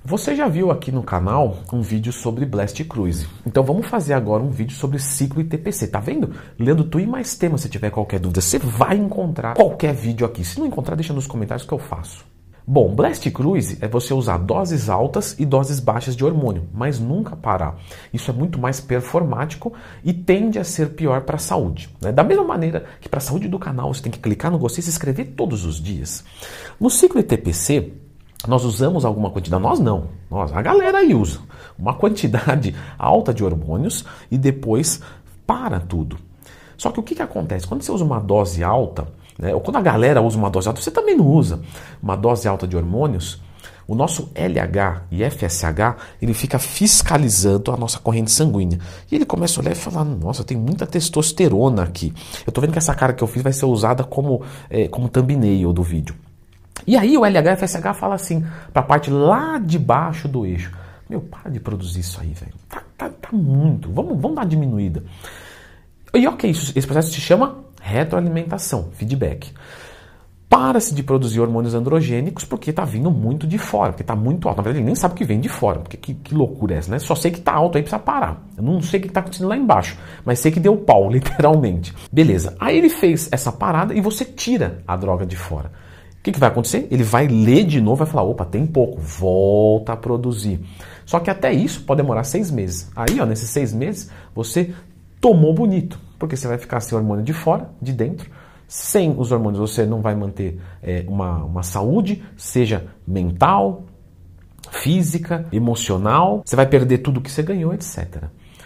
Você já viu aqui no canal um vídeo sobre Blast Cruise. Então vamos fazer agora um vídeo sobre ciclo e TPC. Tá vendo? Lendo tu e mais temas, se tiver qualquer dúvida. Você vai encontrar qualquer vídeo aqui. Se não encontrar, deixa nos comentários que eu faço. Bom, Blast Cruise é você usar doses altas e doses baixas de hormônio, mas nunca parar. Isso é muito mais performático e tende a ser pior para a saúde, né? Da mesma maneira que para a saúde do canal você tem que clicar no gostei e se inscrever todos os dias. No ciclo e TPC, nós usamos alguma quantidade, a galera aí usa uma quantidade alta de hormônios e depois para tudo. Só que o que acontece? Quando você usa uma dose alta, né, ou quando a galera usa uma dose alta, você também não usa uma dose alta de hormônios, o nosso LH e FSH, ele fica fiscalizando a nossa corrente sanguínea. E ele começa a olhar e falar, nossa, tem muita testosterona aqui. Eu tô vendo que essa cara que eu fiz vai ser usada como thumbnail do vídeo. E aí o LH e o FSH fala assim, para a parte lá de baixo do eixo, meu, para de produzir isso aí, velho. Tá muito, vamos dar uma diminuída. E ok, esse processo se chama retroalimentação, feedback. Para-se de produzir hormônios androgênicos porque está vindo muito de fora, porque está muito alto. Na verdade, ele nem sabe o que vem de fora, porque que loucura é essa, né? Só sei que está alto aí, precisa parar. Eu não sei o que está acontecendo lá embaixo, mas sei que deu pau, literalmente. Beleza, aí ele fez essa parada e você tira a droga de fora. O que vai acontecer? Ele vai ler de novo, vai falar, opa, tem pouco, volta a produzir. Só que até isso pode demorar 6 meses. Aí, ó, nesses 6 meses, você tomou bonito, porque você vai ficar sem hormônio de fora, de dentro. Sem os hormônios você não vai manter uma saúde, seja mental, física, emocional. Você vai perder tudo que você ganhou, etc.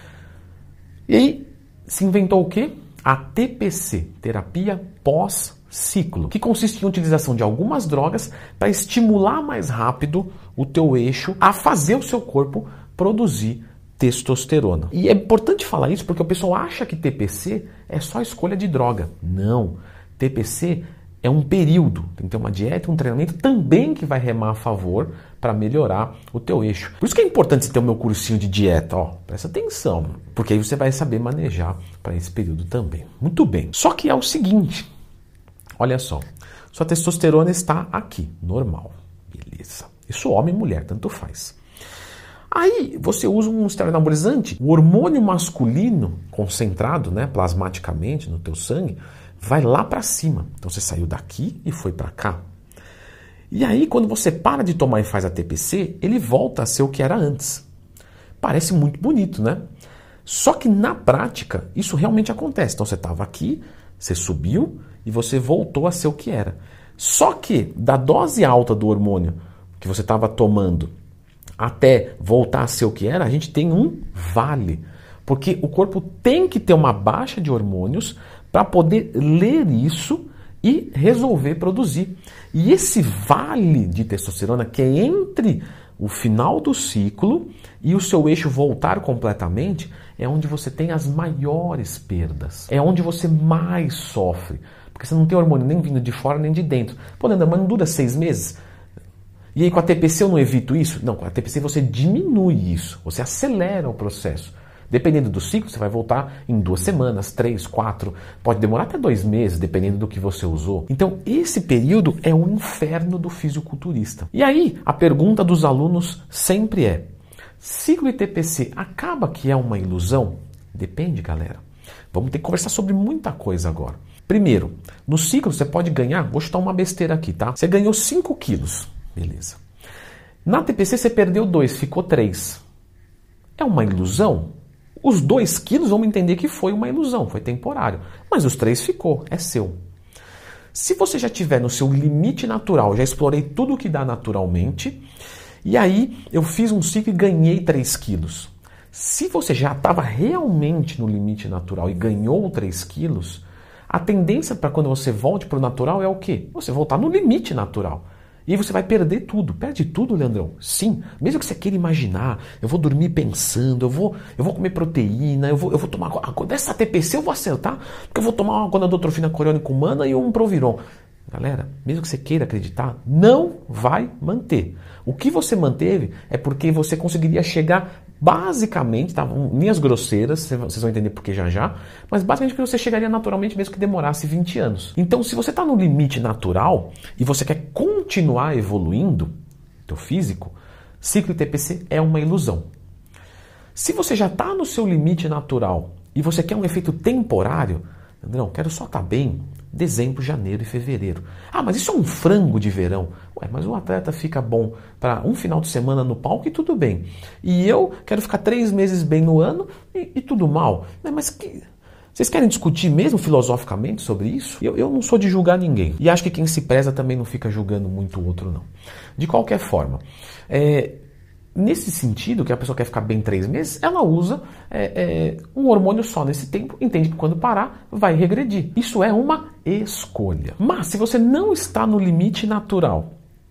E aí se inventou o quê? A TPC, terapia pós-ciclo, que consiste em utilização de algumas drogas para estimular mais rápido o teu eixo a fazer o seu corpo produzir testosterona. E é importante falar isso porque o pessoal acha que TPC é só escolha de droga. Não. TPC é um período. Tem que ter uma dieta e um treinamento também que vai remar a favor para melhorar o teu eixo. Por isso que é importante você ter o meu cursinho de dieta. Ó, presta atenção, porque aí você vai saber manejar para esse período também. Muito bem. Só que é o seguinte, olha só, sua testosterona está aqui, normal. Beleza. Isso homem e mulher, tanto faz. Aí você usa um esteroide anabolizante, o hormônio masculino concentrado, né, plasmaticamente no teu sangue, vai lá para cima. Então você saiu daqui e foi para cá. E aí quando você para de tomar e faz a TPC, ele volta a ser o que era antes. Parece muito bonito, né? Só que na prática isso realmente acontece. Então você estava aqui, você subiu e você voltou a ser o que era. Só que da dose alta do hormônio que você estava tomando até voltar a ser o que era, a gente tem um vale. Porque o corpo tem que ter uma baixa de hormônios para poder ler isso e resolver produzir. E esse vale de testosterona, que é entre o final do ciclo e o seu eixo voltar completamente, é onde você tem as maiores perdas. É onde você mais sofre. Porque você não tem hormônio nem vindo de fora nem de dentro. Pô, Leandro, mas não dura 6 meses? E aí com a TPC eu não evito isso? Não, com a TPC você diminui isso, você acelera o processo. Dependendo do ciclo, você vai voltar em 2 semanas, 3, 4, pode demorar até 2 meses, dependendo do que você usou. Então esse período é o inferno do fisiculturista. E aí a pergunta dos alunos sempre é, ciclo e TPC acaba que é uma ilusão? Depende, galera. Vamos ter que conversar sobre muita coisa agora. Primeiro, no ciclo você pode ganhar, vou chutar uma besteira aqui, tá? Você ganhou 5 quilos. Beleza. Na TPC você perdeu 2, ficou 3. É uma ilusão? Os 2 quilos vamos entender que foi uma ilusão, foi temporário. Mas os 3 ficou, é seu. Se você já estiver no seu limite natural, já explorei tudo o que dá naturalmente, e aí eu fiz um ciclo e ganhei 3 quilos. Se você já estava realmente no limite natural e ganhou 3 quilos, a tendência para quando você volte para o natural é o quê? Você voltar no limite natural. E aí você vai perder tudo. Perde tudo, Leandrão? Sim. Mesmo que você queira imaginar, eu vou dormir pensando, eu vou comer proteína, eu vou tomar... Dessa TPC eu vou acertar, porque eu vou tomar uma gonadotrofina coriônica humana e um Proviron. Galera, mesmo que você queira acreditar, não vai manter. O que você manteve é porque você conseguiria chegar basicamente, tá, linhas grosseiras, vocês vão entender por que já, mas basicamente porque você chegaria naturalmente mesmo que demorasse 20 anos. Então, se você está no limite natural e você quer continuar evoluindo, teu físico, ciclo ITPC é uma ilusão. Se você já está no seu limite natural e você quer um efeito temporário, não, quero só estar bem dezembro, janeiro e fevereiro. Ah, mas isso é um frango de verão. Ué, mas o atleta fica bom para um final de semana no palco e tudo bem. E eu quero ficar 3 meses bem no ano e tudo mal. Mas vocês querem discutir mesmo filosoficamente sobre isso? Eu não sou de julgar ninguém. E acho que quem se preza também não fica julgando muito o outro, não. De qualquer forma, nesse sentido, que a pessoa quer ficar bem 3 meses, ela usa um hormônio só nesse tempo, entende que quando parar, vai regredir. Isso é uma escolha. Mas se você não está no limite natural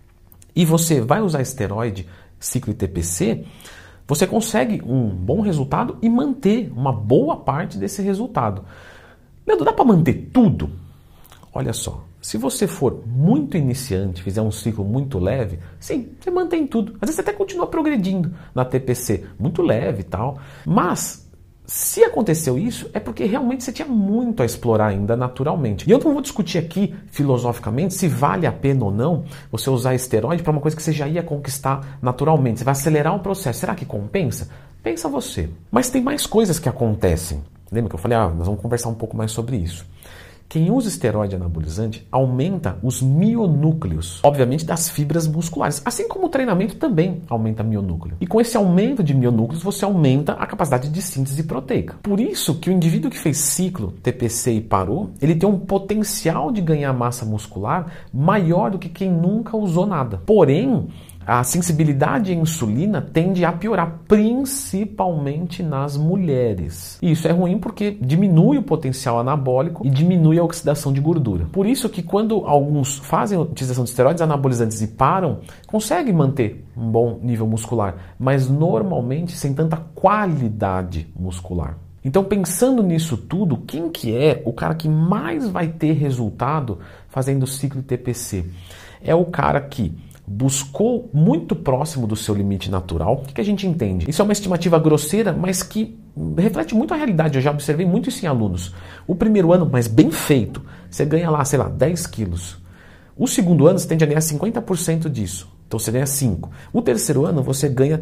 e você vai usar esteroide, ciclo ITPC, você consegue um bom resultado e manter uma boa parte desse resultado. Leandro, dá para manter tudo? Olha só. Se você for muito iniciante, fizer um ciclo muito leve, sim, você mantém tudo. Às vezes você até continua progredindo na TPC, muito leve e tal. Mas, se aconteceu isso, é porque realmente você tinha muito a explorar ainda naturalmente. E eu não vou discutir aqui, filosoficamente, se vale a pena ou não você usar esteroide para uma coisa que você já ia conquistar naturalmente. Você vai acelerar um processo. Será que compensa? Pensa você. Mas tem mais coisas que acontecem. Lembra que eu falei, nós vamos conversar um pouco mais sobre isso. Quem usa esteroide anabolizante aumenta os mionúcleos, obviamente das fibras musculares, assim como o treinamento também aumenta mionúcleo. E com esse aumento de mionúcleos você aumenta a capacidade de síntese proteica. Por isso que o indivíduo que fez ciclo TPC e parou, ele tem um potencial de ganhar massa muscular maior do que quem nunca usou nada. Porém, a sensibilidade à insulina tende a piorar, principalmente nas mulheres. E isso é ruim porque diminui o potencial anabólico e diminui a oxidação de gordura. Por isso que quando alguns fazem a utilização de esteroides anabolizantes e param, conseguem manter um bom nível muscular, mas normalmente sem tanta qualidade muscular. Então, pensando nisso tudo, quem que é o cara que mais vai ter resultado fazendo ciclo TPC? É o cara que buscou muito próximo do seu limite natural. O que a gente entende? Isso é uma estimativa grosseira, mas que reflete muito a realidade. Eu já observei muito isso em alunos. O primeiro ano, mas bem feito, você ganha lá, 10 quilos. O segundo ano, você tende a ganhar 50% disso. Então você ganha 5. O terceiro ano você ganha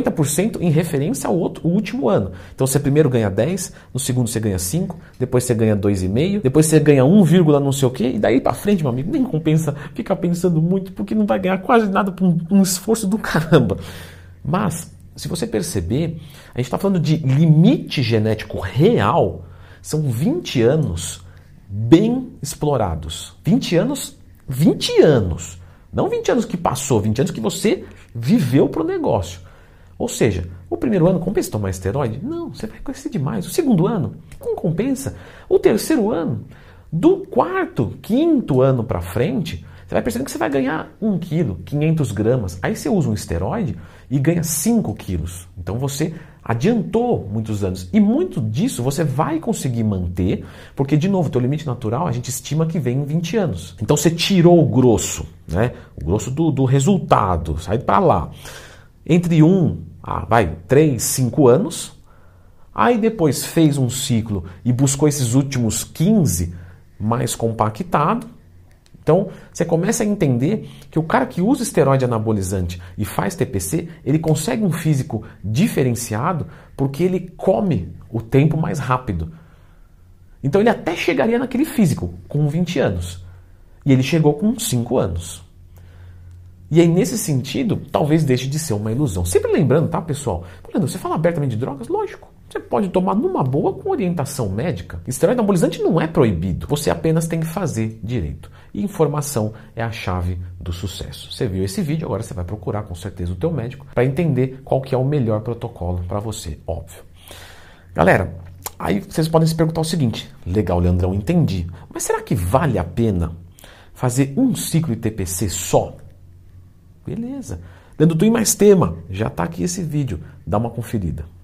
50% em referência ao último ano. Então você primeiro ganha 10, no segundo você ganha 5, depois você ganha 2,5, depois você ganha 1, não sei o quê, e daí pra frente, meu amigo, nem compensa ficar pensando muito, porque não vai ganhar quase nada por um esforço do caramba. Mas, se você perceber, a gente está falando de limite genético real, são 20 anos bem explorados. 20 anos. Não 20 anos que passou, 20 anos que você viveu pro negócio. Ou seja, o primeiro ano compensa tomar esteroide? Não, você vai crescer demais. O segundo ano não compensa. O terceiro ano, do quarto, quinto ano para frente, você vai perceber que você vai ganhar 1 quilo, 500 gramas. Aí você usa um esteroide e ganha 5 quilos. Então você adiantou muitos anos. E muito disso você vai conseguir manter, porque, de novo, teu limite natural a gente estima que vem em 20 anos. Então você tirou o grosso, né? O grosso do resultado, sai para lá. Entre 3, 5 anos. Aí depois fez um ciclo e buscou esses últimos 15 mais compactado. Então, você começa a entender que o cara que usa esteroide anabolizante e faz TPC, ele consegue um físico diferenciado porque ele come o tempo mais rápido. Então, ele até chegaria naquele físico com 20 anos. E ele chegou com 5 anos. E aí, nesse sentido, talvez deixe de ser uma ilusão. Sempre lembrando, tá, pessoal? Você fala abertamente de drogas? Lógico. Você pode tomar numa boa com orientação médica. Esteroide anabolizante não é proibido. Você apenas tem que fazer direito. E informação é a chave do sucesso. Você viu esse vídeo, agora você vai procurar com certeza o teu médico para entender qual que é o melhor protocolo para você, óbvio. Galera, aí vocês podem se perguntar o seguinte: legal, Leandrão, entendi. Mas será que vale a pena fazer um ciclo ITPC só? Beleza. Leandro, tu e mais tema. Já está aqui esse vídeo. Dá uma conferida.